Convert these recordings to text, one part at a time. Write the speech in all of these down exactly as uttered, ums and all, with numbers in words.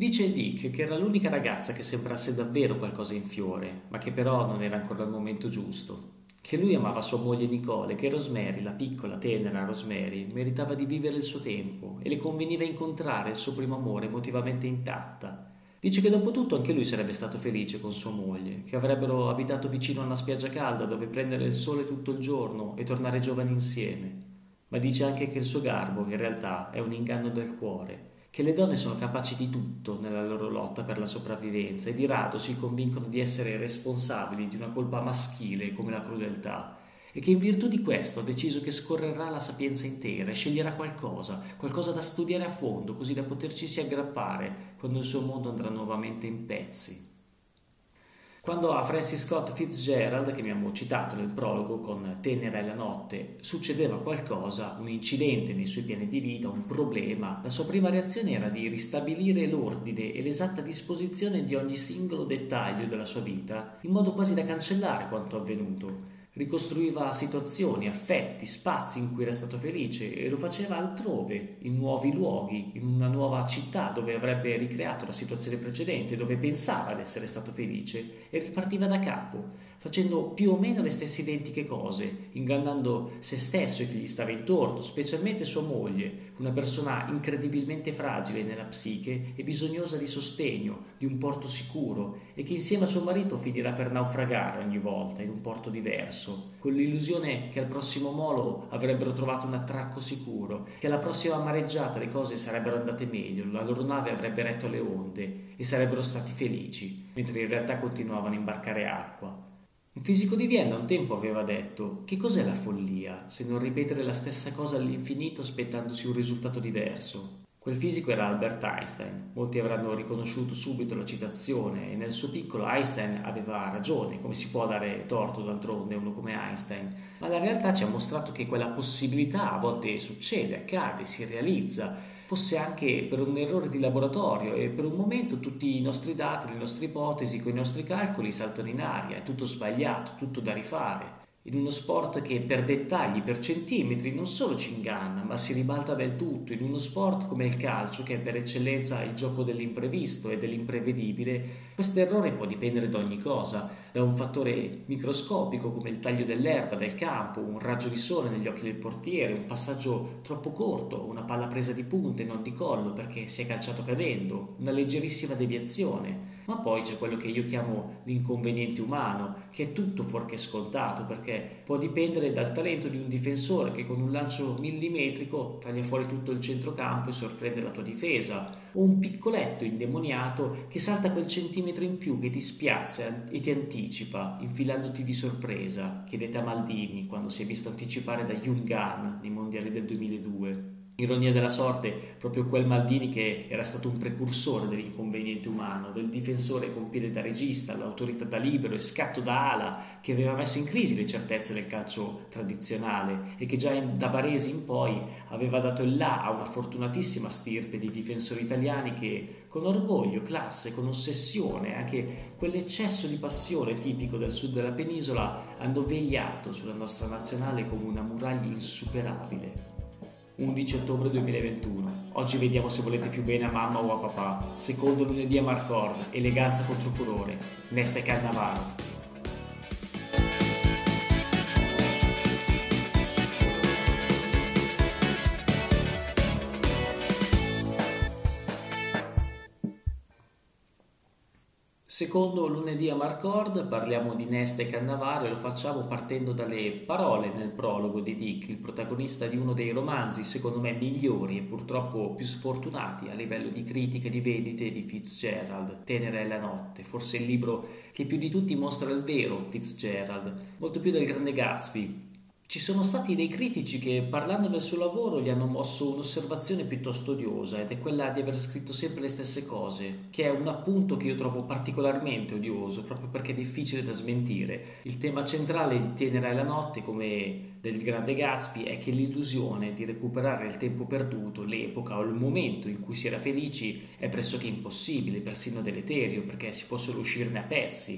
Dice Dick che era l'unica ragazza che sembrasse davvero qualcosa in fiore, ma che però non era ancora il momento giusto. Che lui amava sua moglie Nicole, che Rosemary, la piccola, tenera Rosemary, meritava di vivere il suo tempo e le conveniva incontrare il suo primo amore emotivamente intatta. Dice che dopo tutto anche lui sarebbe stato felice con sua moglie, che avrebbero abitato vicino a una spiaggia calda dove prendere il sole tutto il giorno e tornare giovani insieme. Ma dice anche che il suo garbo in realtà è un inganno del cuore, che le donne sono capaci di tutto nella loro lotta per la sopravvivenza e di rado si convincono di essere responsabili di una colpa maschile come la crudeltà, e che in virtù di questo ha deciso che scorrerà la sapienza intera e sceglierà qualcosa, qualcosa da studiare a fondo, così da potercisi aggrappare quando il suo mondo andrà nuovamente in pezzi. Quando a Francis Scott Fitzgerald, che abbiamo citato nel prologo con Tenera e la notte, succedeva qualcosa, un incidente nei suoi piani di vita, un problema, la sua prima reazione era di ristabilire l'ordine e l'esatta disposizione di ogni singolo dettaglio della sua vita, in modo quasi da cancellare quanto avvenuto. Ricostruiva situazioni, affetti, spazi in cui era stato felice e lo faceva altrove, in nuovi luoghi, in una nuova città dove avrebbe ricreato la situazione precedente, dove pensava di essere stato felice e ripartiva da capo, facendo più o meno le stesse identiche cose, ingannando se stesso e chi gli stava intorno, specialmente sua moglie, una persona incredibilmente fragile nella psiche e bisognosa di sostegno, di un porto sicuro e che insieme a suo marito finirà per naufragare ogni volta in un porto diverso, con l'illusione che al prossimo molo avrebbero trovato un attracco sicuro, che alla prossima mareggiata le cose sarebbero andate meglio, la loro nave avrebbe retto le onde e sarebbero stati felici, mentre in realtà continuavano a imbarcare acqua. Un fisico di Vienna un tempo aveva detto: che cos'è la follia se non ripetere la stessa cosa all'infinito aspettandosi un risultato diverso? Quel fisico era Albert Einstein. Molti avranno riconosciuto subito la citazione e nel suo piccolo Einstein aveva ragione, come si può dare torto d'altronde a uno come Einstein, ma la realtà ci ha mostrato che quella possibilità a volte succede, accade, si realizza, fosse anche per un errore di laboratorio e per un momento tutti i nostri dati, le nostre ipotesi, con i nostri calcoli saltano in aria, è tutto sbagliato, tutto da rifare. In uno sport che per dettagli, per centimetri non solo ci inganna, ma si ribalta del tutto, in uno sport come il calcio, che è per eccellenza il gioco dell'imprevisto e dell'imprevedibile, questo errore può dipendere da ogni cosa, da un fattore microscopico come il taglio dell'erba del campo, un raggio di sole negli occhi del portiere, un passaggio troppo corto, una palla presa di punta e non di collo perché si è calciato cadendo, una leggerissima deviazione. Ma poi c'è quello che io chiamo l'inconveniente umano, che è tutto fuorché scontato, perché può dipendere dal talento di un difensore che con un lancio millimetrico taglia fuori tutto il centrocampo e sorprende la tua difesa, o un piccoletto indemoniato che salta quel centimetro in più che ti spiazza e ti anticipa, infilandoti di sorpresa. Chiedete a Maldini quando si è visto anticipare da Young Gun nei mondiali del duemiladue. Ironia della sorte, proprio quel Maldini che era stato un precursore dell'inconveniente umano, del difensore con piede da regista, l'autorità da libero e scatto da ala, che aveva messo in crisi le certezze del calcio tradizionale e che già in, da Baresi in poi aveva dato il là a una fortunatissima stirpe di difensori italiani che con orgoglio, classe, con ossessione, anche quell'eccesso di passione tipico del sud della penisola hanno vegliato sulla nostra nazionale come una muraglia insuperabile. undici ottobre duemilaventuno. Oggi vediamo se volete più bene a mamma o a papà. Secondo lunedì a Marcord, eleganza contro furore. Nesta e Cannavaro. Secondo lunedì a Marcord parliamo di Nesta e Cannavaro e lo facciamo partendo dalle parole nel prologo di Dick, il protagonista di uno dei romanzi secondo me migliori e purtroppo più sfortunati a livello di critica e di vendite di Fitzgerald, Tenera è la notte, forse il libro che più di tutti mostra il vero Fitzgerald, molto più del Grande Gatsby. Ci sono stati dei critici che, parlando del suo lavoro, gli hanno mosso un'osservazione piuttosto odiosa, ed è quella di aver scritto sempre le stesse cose, che è un appunto che io trovo particolarmente odioso, proprio perché è difficile da smentire. Il tema centrale di Tenera è la notte, come del Grande Gatsby, è che l'illusione di recuperare il tempo perduto, l'epoca o il momento in cui si era felici, è pressoché impossibile, persino deleterio, perché si può solo uscirne a pezzi.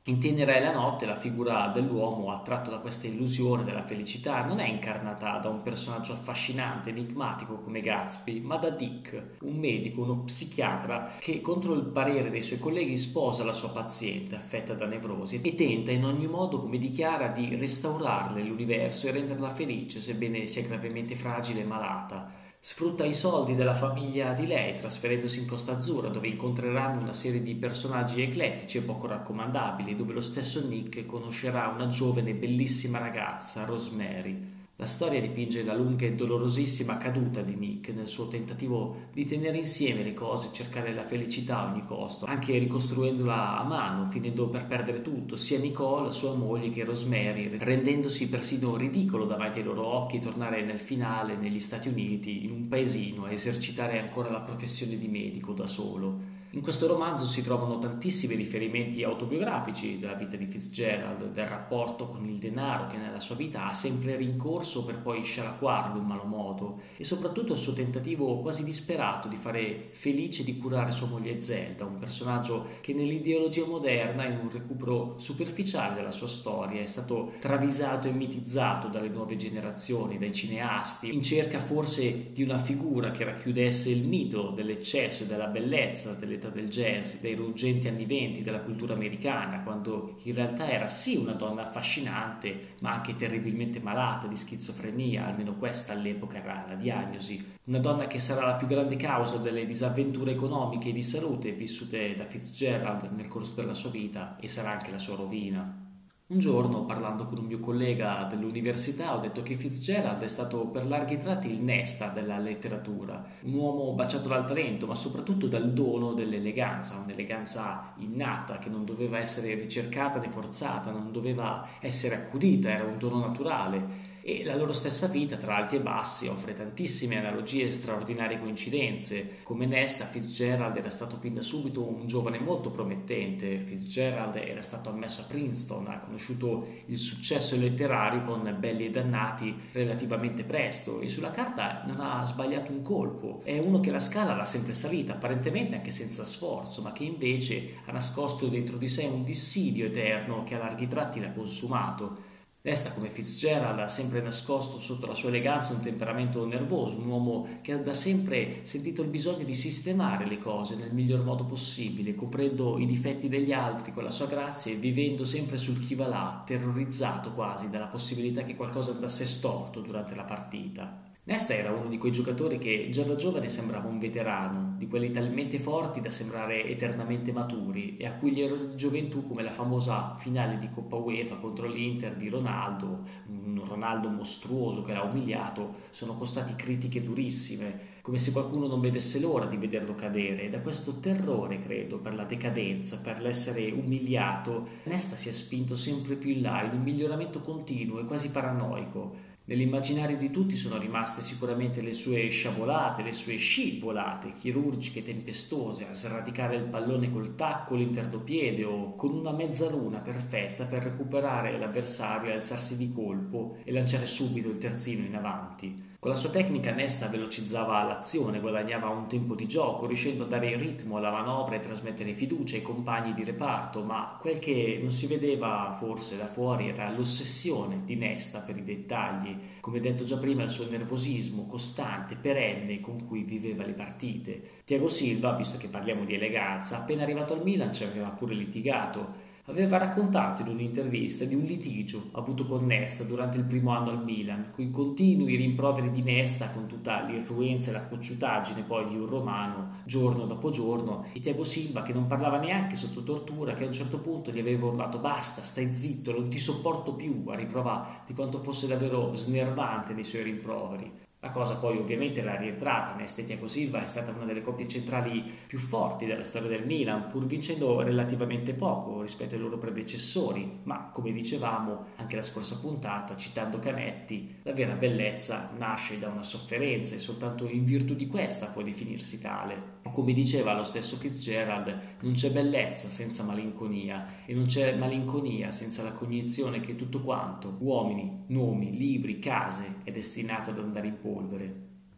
In Tenera è la notte, la figura dell'uomo attratto da questa illusione della felicità non è incarnata da un personaggio affascinante, enigmatico come Gatsby, ma da Dick, un medico, uno psichiatra che contro il parere dei suoi colleghi sposa la sua paziente affetta da nevrosi e tenta in ogni modo, come dichiara, di restaurarle l'universo e renderla felice, sebbene sia gravemente fragile e malata. Sfrutta i soldi della famiglia di lei, trasferendosi in Costa Azzurra, dove incontreranno una serie di personaggi eclettici e poco raccomandabili, dove lo stesso Nick conoscerà una giovane e bellissima ragazza, Rosemary. La storia dipinge la lunga e dolorosissima caduta di Nick nel suo tentativo di tenere insieme le cose e cercare la felicità a ogni costo, anche ricostruendola a mano, finendo per perdere tutto, sia Nicole, sua moglie, che Rosemary, rendendosi persino ridicolo davanti ai loro occhi tornare nel finale negli Stati Uniti, in un paesino, a esercitare ancora la professione di medico da solo. In questo romanzo si trovano tantissimi riferimenti autobiografici della vita di Fitzgerald, del rapporto con il denaro che nella sua vita ha sempre rincorso per poi scialacquarlo in malo modo, e soprattutto il suo tentativo quasi disperato di fare felice e di curare sua moglie Zelda, un personaggio che nell'ideologia moderna, in un recupero superficiale della sua storia, è stato travisato e mitizzato dalle nuove generazioni, dai cineasti, in cerca forse di una figura che racchiudesse il mito dell'eccesso e della bellezza, delle del jazz, dei ruggenti anni venti della cultura americana, quando in realtà era sì una donna affascinante, ma anche terribilmente malata di schizofrenia, almeno questa all'epoca era la diagnosi. Una donna che sarà la più grande causa delle disavventure economiche e di salute vissute da Fitzgerald nel corso della sua vita, e sarà anche la sua rovina. Un giorno, parlando con un mio collega dell'università, ho detto che Fitzgerald è stato per larghi tratti il Nesta della letteratura, un uomo baciato dal talento, ma soprattutto dal dono dell'eleganza, un'eleganza innata che non doveva essere ricercata né forzata, non doveva essere accudita, era un dono naturale. E la loro stessa vita, tra alti e bassi, offre tantissime analogie e straordinarie coincidenze. Come Nesta, Fitzgerald era stato fin da subito un giovane molto promettente. Fitzgerald era stato ammesso a Princeton, ha conosciuto il successo letterario con Belli e Dannati relativamente presto e sulla carta non ha sbagliato un colpo. È uno che la scala l'ha sempre salita, apparentemente anche senza sforzo, ma che invece ha nascosto dentro di sé un dissidio eterno che a larghi tratti l'ha consumato. Nesta, come Fitzgerald, ha sempre nascosto sotto la sua eleganza un temperamento nervoso, un uomo che ha da sempre sentito il bisogno di sistemare le cose nel miglior modo possibile, coprendo i difetti degli altri con la sua grazia e vivendo sempre sul chi va là, terrorizzato quasi dalla possibilità che qualcosa andasse storto durante la partita. Nesta era uno di quei giocatori che già da giovane sembrava un veterano, di quelli talmente forti da sembrare eternamente maturi e a cui gli errori di gioventù, come la famosa finale di Coppa UEFA contro l'Inter di Ronaldo, un Ronaldo mostruoso che l'ha umiliato, sono costati critiche durissime, come se qualcuno non vedesse l'ora di vederlo cadere. E da questo terrore, credo, per la decadenza, per l'essere umiliato, Nesta si è spinto sempre più in là, in un miglioramento continuo e quasi paranoico. Nell'immaginario di tutti sono rimaste sicuramente le sue sciabolate, le sue scivolate chirurgiche tempestose a sradicare il pallone col tacco, l'interdopiede o con una mezzaluna perfetta per recuperare l'avversario e alzarsi di colpo e lanciare subito il terzino in avanti. Con la sua tecnica Nesta velocizzava l'azione, guadagnava un tempo di gioco, riuscendo a dare ritmo alla manovra e trasmettere fiducia ai compagni di reparto, ma quel che non si vedeva forse da fuori era l'ossessione di Nesta per i dettagli, come detto già prima il suo nervosismo costante, perenne con cui viveva le partite. Thiago Silva, visto che parliamo di eleganza, appena arrivato al Milan ci aveva pure litigato. Aveva raccontato in un'intervista di un litigio avuto con Nesta durante il primo anno al Milan, coi continui rimproveri di Nesta con tutta l'irruenza e la cocciutaggine poi di un romano, giorno dopo giorno, e Thiago Silva che non parlava neanche sotto tortura, che a un certo punto gli aveva urlato «Basta, stai zitto, non ti sopporto più», a riprova di quanto fosse davvero snervante nei suoi rimproveri. La cosa poi ovviamente era rientrata, Nesta e Thiago Silva è stata una delle coppie centrali più forti della storia del Milan, pur vincendo relativamente poco rispetto ai loro predecessori, ma come dicevamo anche la scorsa puntata, citando Canetti, la vera bellezza nasce da una sofferenza e soltanto in virtù di questa può definirsi tale. O come diceva lo stesso Fitzgerald, non c'è bellezza senza malinconia e non c'è malinconia senza la cognizione che tutto quanto, uomini, nomi, libri, case, è destinato ad andare in polvere.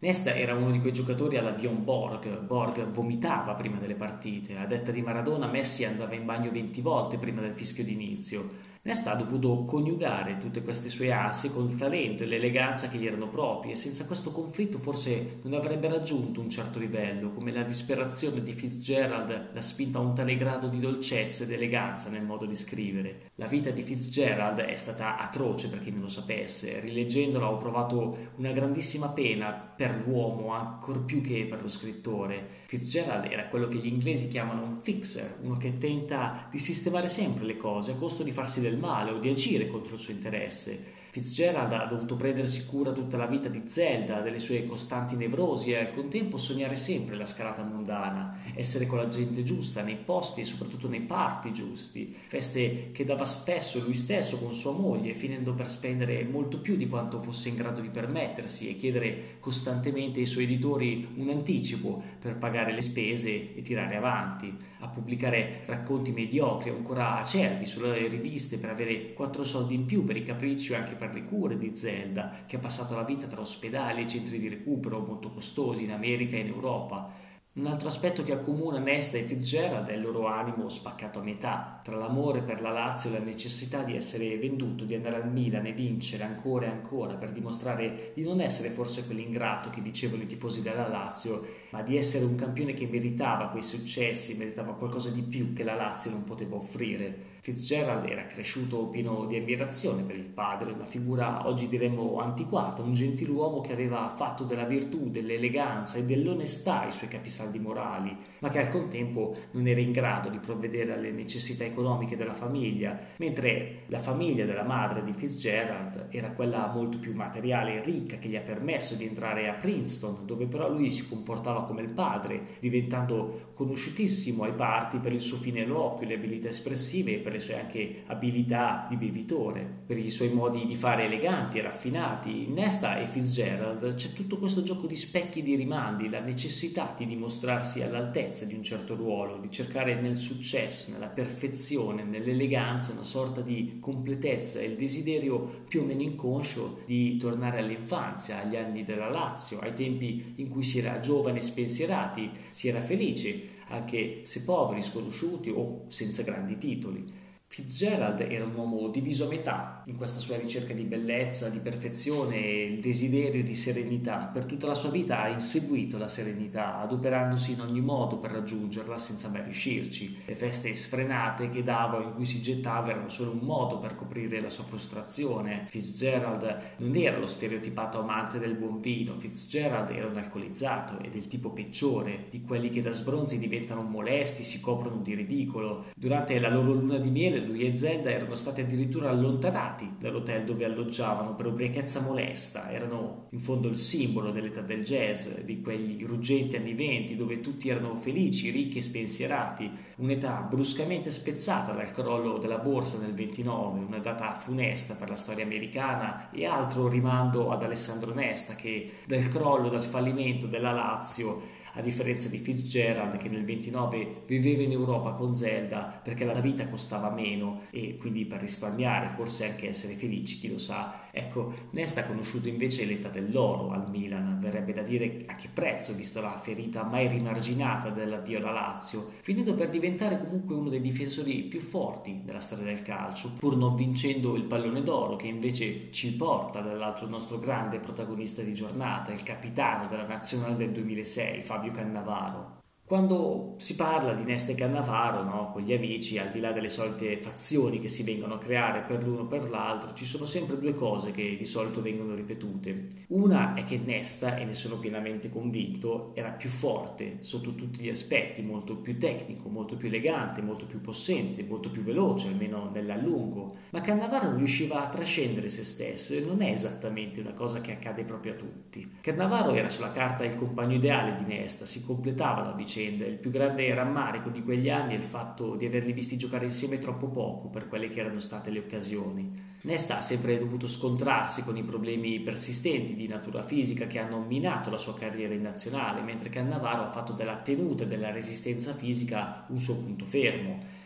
Nesta era uno di quei giocatori alla Bjorn Borg. Borg vomitava prima delle partite. A detta di Maradona, Messi andava in bagno venti volte prima del fischio d'inizio. Nesta ha dovuto coniugare tutte queste sue ansie col talento e l'eleganza che gli erano propri, e senza questo conflitto forse non avrebbe raggiunto un certo livello, come la disperazione di Fitzgerald l'ha spinto a un tale grado di dolcezza ed eleganza nel modo di scrivere. La vita di Fitzgerald è stata atroce, per chi non lo sapesse. Rileggendola ho provato una grandissima pena per l'uomo, ancor più che per lo scrittore. Fitzgerald era quello che gli inglesi chiamano un fixer, uno che tenta di sistemare sempre le cose a costo di farsi del male o di agire contro il suo interesse. Fitzgerald ha dovuto prendersi cura tutta la vita di Zelda, delle sue costanti nevrosi e al contempo sognare sempre la scalata mondana, essere con la gente giusta, nei posti e soprattutto nei party giusti, feste che dava spesso lui stesso con sua moglie, finendo per spendere molto più di quanto fosse in grado di permettersi e chiedere costantemente ai suoi editori un anticipo per pagare le spese e tirare avanti, a pubblicare racconti mediocri o ancora acerbi sulle riviste per avere quattro soldi in più per i capricci o anche per le cure di Zelda, che ha passato la vita tra ospedali e centri di recupero molto costosi in America e in Europa. Un altro aspetto che accomuna Nesta e Fitzgerald è il loro animo spaccato a metà, tra l'amore per la Lazio e la necessità di essere venduto, di andare al Milan e vincere ancora e ancora per dimostrare di non essere forse quell'ingrato che dicevano i tifosi della Lazio, ma di essere un campione che meritava quei successi, meritava qualcosa di più che la Lazio non poteva offrire. Fitzgerald era cresciuto pieno di ammirazione per il padre, una figura oggi diremmo antiquata, un gentiluomo che aveva fatto della virtù, dell'eleganza e dell'onestà i suoi capisaldi morali, ma che al contempo non era in grado di provvedere alle necessità economiche della famiglia, mentre la famiglia della madre di Fitzgerald era quella molto più materiale e ricca che gli ha permesso di entrare a Princeton, dove però lui si comportava come il padre, diventando conosciutissimo ai party per il suo fine eloquio, le abilità espressive e per le sue anche abilità di bevitore, per i suoi modi di fare eleganti e raffinati. In Nesta e Fitzgerald c'è tutto questo gioco di specchi e di rimandi, la necessità di dimostrarsi all'altezza di un certo ruolo, di cercare nel successo, nella perfezione, nell'eleganza una sorta di completezza e il desiderio più o meno inconscio di tornare all'infanzia, agli anni della Lazio, ai tempi in cui si era giovani e spensierati, si era felici, anche se poveri, sconosciuti o senza grandi titoli. Fitzgerald era un uomo diviso a metà in questa sua ricerca di bellezza, di perfezione e il desiderio di serenità. Per tutta la sua vita ha inseguito la serenità, adoperandosi in ogni modo per raggiungerla senza mai riuscirci. Le feste sfrenate che dava o in cui si gettava erano solo un modo per coprire la sua frustrazione. Fitzgerald non era lo stereotipato amante del buon vino, Fitzgerald era un alcolizzato e del tipo peggiore, di quelli che da sbronzi diventano molesti, si coprono di ridicolo. Durante la loro luna di miele lui e Zelda erano stati addirittura allontanati dall'hotel dove alloggiavano per ubriachezza molesta. Erano in fondo il simbolo dell'età del jazz, di quegli ruggenti anni venti dove tutti erano felici, ricchi e spensierati, un'età bruscamente spezzata dal crollo della borsa nel ventinove, una data funesta per la storia americana, e altro rimando ad Alessandro Nesta che dal crollo, dal fallimento della Lazio, a differenza di Fitzgerald che nel ventinove viveva in Europa con Zelda perché la vita costava meno e quindi per risparmiare, forse anche essere felici, chi lo sa. Ecco, Nesta ha conosciuto invece l'età dell'oro al Milan, verrebbe da dire a che prezzo, vista la ferita mai rimarginata dell'addio alla Lazio, finendo per diventare comunque uno dei difensori più forti della storia del calcio, pur non vincendo il pallone d'oro che invece ci porta dall'altro nostro grande protagonista di giornata, il capitano della nazionale del duemilasei, Fabio Cannavaro. Quando si parla di Nesta e Cannavaro, no, con gli amici, al di là delle solite fazioni che si vengono a creare per l'uno o per l'altro, ci sono sempre due cose che di solito vengono ripetute. Una è che Nesta, e ne sono pienamente convinto, era più forte sotto tutti gli aspetti, molto più tecnico, molto più elegante, molto più possente, molto più veloce, almeno nell'allungo. Ma Cannavaro riusciva a trascendere se stesso e non è esattamente una cosa che accade proprio a tutti. Cannavaro era sulla carta il compagno ideale di Nesta, si completavano a vicenda. Il più grande rammarico di quegli anni è il fatto di averli visti giocare insieme troppo poco per quelle che erano state le occasioni. Nesta ha sempre dovuto scontrarsi con i problemi persistenti di natura fisica che hanno minato la sua carriera in nazionale, mentre Cannavaro ha fatto della tenuta e della resistenza fisica un suo punto fermo.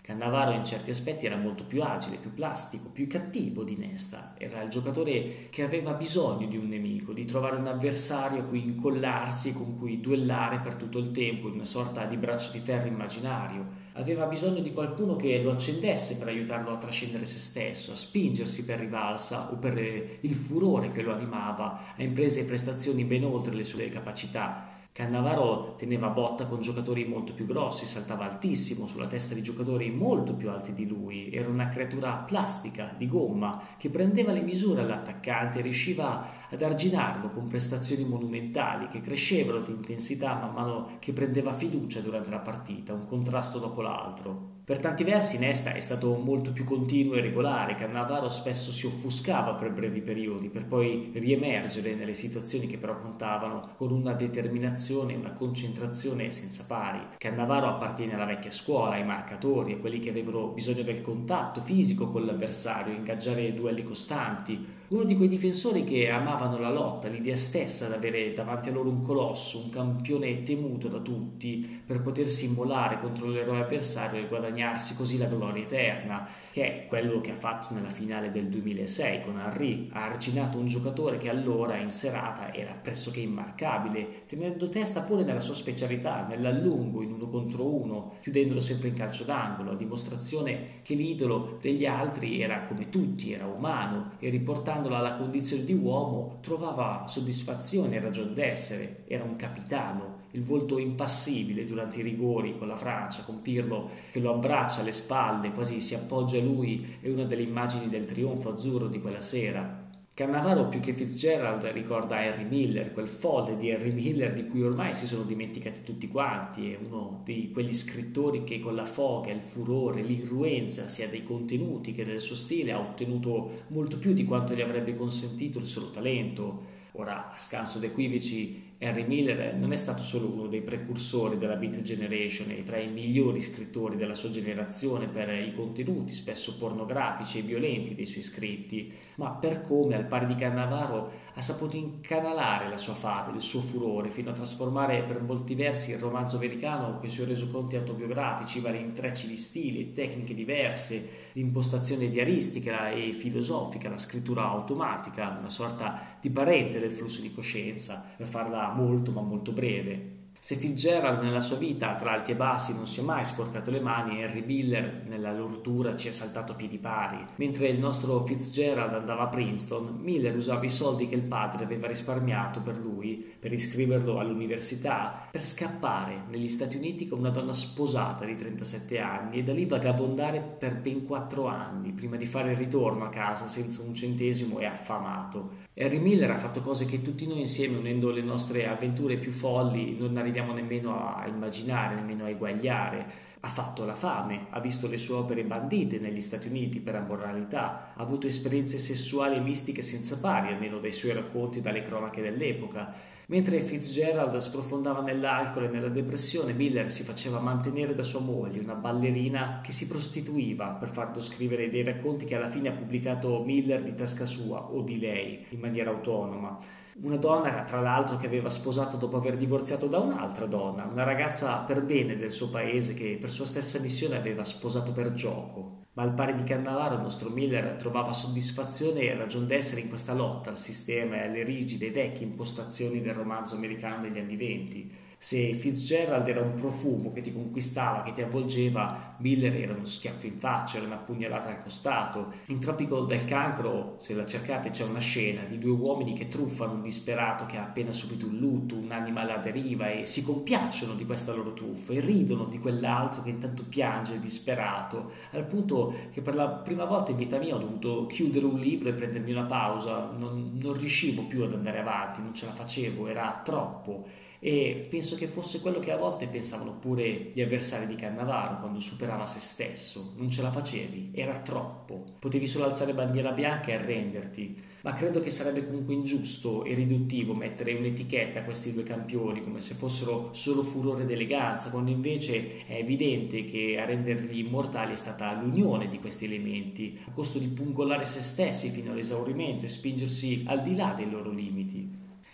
Cannavaro in certi aspetti era molto più agile, più plastico, più cattivo di Nesta. Era il giocatore che aveva bisogno di un nemico, di trovare un avversario a cui incollarsi e con cui duellare per tutto il tempo in una sorta di braccio di ferro immaginario. Aveva bisogno di qualcuno che lo accendesse per aiutarlo a trascendere se stesso, a spingersi per rivalsa o per il furore che lo animava a imprese e prestazioni ben oltre le sue capacità. Cannavaro teneva botta con giocatori molto più grossi, saltava altissimo sulla testa di giocatori molto più alti di lui, era una creatura plastica, di gomma, che prendeva le misure all'attaccante e riusciva ad arginarlo con prestazioni monumentali che crescevano di intensità man mano che prendeva fiducia durante la partita, un contrasto dopo l'altro. Per tanti versi Nesta è stato molto più continuo e regolare, Cannavaro spesso si offuscava per brevi periodi, per poi riemergere nelle situazioni che però contavano con una determinazione e una concentrazione senza pari. Cannavaro appartiene alla vecchia scuola, ai marcatori, a quelli che avevano bisogno del contatto fisico con l'avversario, ingaggiare duelli costanti. Uno di quei difensori che amavano la lotta, l'idea stessa di avere davanti a loro un colosso, un campione temuto da tutti, per potersi immolare contro l'eroe avversario e guadagnarsi così la gloria eterna, che è quello che ha fatto nella finale del duemilasei con Henry. Ha arginato un giocatore che allora in serata era pressoché immarcabile, tenendo testa pure nella sua specialità, nell'allungo in uno contro uno, chiudendolo sempre in calcio d'angolo, a dimostrazione che l'idolo degli altri era come tutti, era umano e riportandolo alla condizione di uomo trovava soddisfazione e ragion d'essere. Era un capitano, il volto impassibile durante i rigori con la Francia, con Pirlo che lo abbraccia alle spalle, quasi si appoggia a lui, è una delle immagini del trionfo azzurro di quella sera. Cannavaro più che Fitzgerald ricorda Henry Miller, quel folle di Henry Miller di cui ormai si sono dimenticati tutti quanti, è uno di quegli scrittori che con la foga, il furore, l'irruenza sia dei contenuti che del suo stile ha ottenuto molto più di quanto gli avrebbe consentito il solo talento. Ora, a scanso d'equivoci, Henry Miller non è stato solo uno dei precursori della Beat Generation e tra i migliori scrittori della sua generazione per i contenuti spesso pornografici e violenti dei suoi scritti, ma per come, al pari di Cannavaro, ha saputo incanalare la sua fame, il suo furore, fino a trasformare per molti versi il romanzo americano con i suoi resoconti autobiografici, vari intrecci di stili e tecniche diverse, l'impostazione diaristica e filosofica, la scrittura automatica, una sorta di parente del flusso di coscienza, per farla molto ma molto breve. Se Fitzgerald nella sua vita tra alti e bassi non si è mai sporcato le mani, Henry Miller nella lordura ci è saltato a piedi pari. Mentre il nostro Fitzgerald andava a Princeton, Miller usava i soldi che il padre aveva risparmiato per lui, per iscriverlo all'università, per scappare negli Stati Uniti con una donna sposata di trentasette anni e da lì vagabondare per ben quattro anni, prima di fare il ritorno a casa senza un centesimo e affamato. Henry Miller ha fatto cose che tutti noi insieme, unendo le nostre avventure più folli, non arriviamo nemmeno a immaginare, nemmeno a eguagliare. Ha fatto la fame, ha visto le sue opere bandite negli Stati Uniti per ammoralità, ha avuto esperienze sessuali e mistiche senza pari, almeno dai suoi racconti e dalle cronache dell'epoca. Mentre Fitzgerald sprofondava nell'alcol e nella depressione, Miller si faceva mantenere da sua moglie, una ballerina che si prostituiva per farlo scrivere dei racconti che alla fine ha pubblicato Miller di tasca sua o di lei in maniera autonoma. Una donna, tra l'altro, che aveva sposato dopo aver divorziato da un'altra donna, una ragazza per bene del suo paese che per sua stessa missione aveva sposato per gioco. Ma al pari di Cannavaro il nostro Miller trovava soddisfazione e ragion d'essere in questa lotta al sistema e alle rigide e vecchie impostazioni del romanzo americano degli anni venti. Se Fitzgerald era un profumo che ti conquistava, che ti avvolgeva, Miller era uno schiaffo in faccia, era una pugnalata al costato. In Tropico del Cancro, se la cercate, c'è una scena di due uomini che truffano un disperato che ha appena subito un lutto, un'anima alla deriva, e si compiacciono di questa loro truffa e ridono di quell'altro che intanto piange disperato, al punto che per la prima volta in vita mia ho dovuto chiudere un libro e prendermi una pausa. Non, non riuscivo più ad andare avanti, non ce la facevo, era troppo. E penso che fosse quello che a volte pensavano pure gli avversari di Cannavaro quando superava se stesso. Non ce la facevi, era troppo. Potevi solo alzare bandiera bianca e arrenderti. Ma credo che sarebbe comunque ingiusto e riduttivo mettere un'etichetta a questi due campioni come se fossero solo furore ed eleganza, quando invece è evidente che a renderli immortali è stata l'unione di questi elementi, a costo di pungolare se stessi fino all'esaurimento e spingersi al di là dei loro limiti.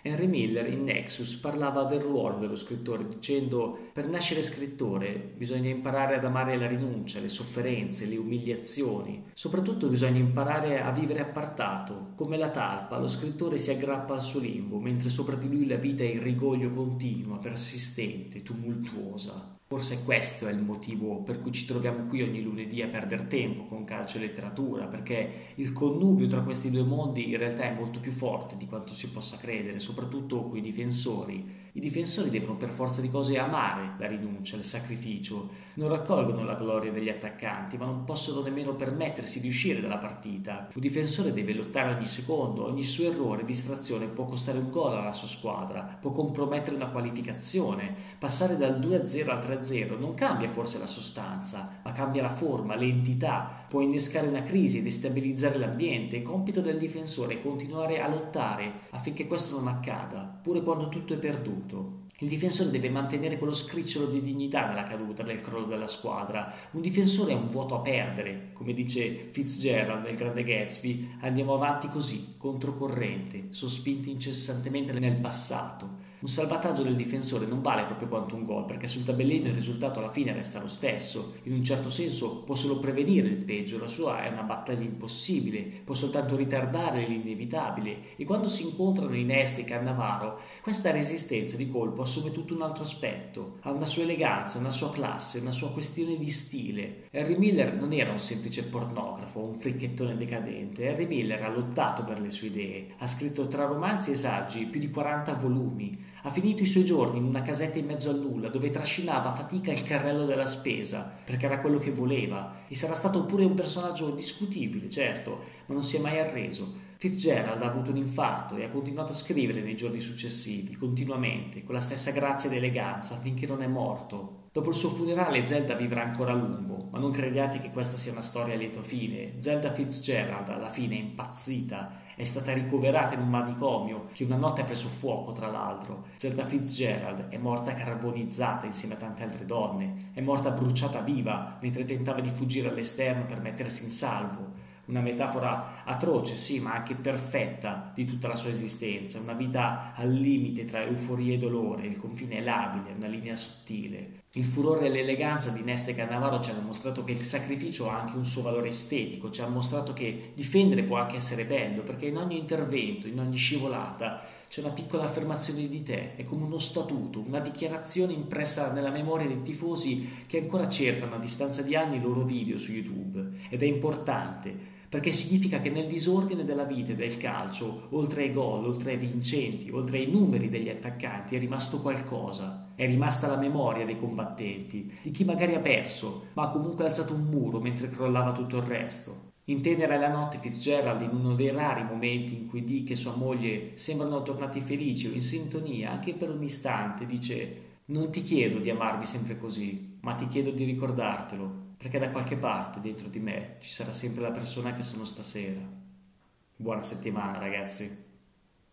Henry Miller in Nexus parlava del ruolo dello scrittore dicendo: per nascere scrittore bisogna imparare ad amare la rinuncia, le sofferenze, le umiliazioni. Soprattutto bisogna imparare a vivere appartato. Come la talpa, lo scrittore si aggrappa al suo limbo, mentre sopra di lui la vita è in rigoglio continua, persistente, tumultuosa. Forse questo è il motivo per cui ci troviamo qui ogni lunedì a perdere tempo con calcio e letteratura, perché il connubio tra questi due mondi in realtà è molto più forte di quanto si possa credere, soprattutto coi difensori. I difensori devono per forza di cose amare la rinuncia, il sacrificio, non raccolgono la gloria degli attaccanti, ma non possono nemmeno permettersi di uscire dalla partita. Un difensore deve lottare ogni secondo, ogni suo errore, distrazione può costare un gol alla sua squadra, può compromettere una qualificazione. Passare dal due a zero al tre a zero non cambia forse la sostanza, ma cambia la forma, l'entità, può innescare una crisi e destabilizzare l'ambiente. Il compito del difensore è continuare a lottare affinché questo non accada, pure quando tutto è perduto. Il difensore deve mantenere quello scricciolo di dignità nella caduta, nel crollo della squadra. Un difensore ha un vuoto a perdere, come dice Fitzgerald nel Grande Gatsby. Andiamo avanti così, controcorrente, sospinti incessantemente nel passato. Un salvataggio del difensore non vale proprio quanto un gol, perché sul tabellino il risultato alla fine resta lo stesso. In un certo senso può solo prevenire il peggio, la sua è una battaglia impossibile, può soltanto ritardare l'inevitabile. E quando si incontrano Iniesta e Cannavaro, questa resistenza di colpo assume tutto un altro aspetto, ha una sua eleganza, una sua classe, una sua questione di stile. Henry Miller non era un semplice pornografo, un fricchettone decadente. Henry Miller ha lottato per le sue idee, ha scritto tra romanzi e saggi più di quaranta volumi. Ha finito i suoi giorni in una casetta in mezzo al nulla, dove trascinava a fatica il carrello della spesa, perché era quello che voleva, e sarà stato pure un personaggio discutibile, certo, ma non si è mai arreso. Fitzgerald ha avuto un infarto e ha continuato a scrivere nei giorni successivi, continuamente, con la stessa grazia ed eleganza, finché non è morto. Dopo il suo funerale Zelda vivrà ancora a lungo, ma non crediate che questa sia una storia a lieto fine. Zelda Fitzgerald alla fine è impazzita, è stata ricoverata in un manicomio che una notte ha preso fuoco, tra l'altro. Zelda Fitzgerald è morta carbonizzata insieme a tante altre donne, è morta bruciata viva mentre tentava di fuggire all'esterno per mettersi in salvo. Una metafora atroce, sì, ma anche perfetta di tutta la sua esistenza, una vita al limite tra euforia e dolore, il confine è labile, una linea sottile. Il furore e l'eleganza di Iniesta e Cannavaro ci hanno mostrato che il sacrificio ha anche un suo valore estetico, ci ha mostrato che difendere può anche essere bello, perché in ogni intervento, in ogni scivolata, c'è una piccola affermazione di te, è come uno statuto, una dichiarazione impressa nella memoria dei tifosi che ancora cercano a distanza di anni i loro video su YouTube, ed è importante, perché significa che nel disordine della vita e del calcio, oltre ai gol, oltre ai vincenti, oltre ai numeri degli attaccanti, è rimasto qualcosa. È rimasta la memoria dei combattenti, di chi magari ha perso, ma ha comunque alzato un muro mentre crollava tutto il resto. In Tenera è la notte Fitzgerald, in uno dei rari momenti in cui Dick e sua moglie sembrano tornati felici o in sintonia, anche per un istante, dice: non ti chiedo di amarmi sempre così, ma ti chiedo di ricordartelo, perché da qualche parte dentro di me ci sarà sempre la persona che sono stasera. Buona settimana, ragazzi.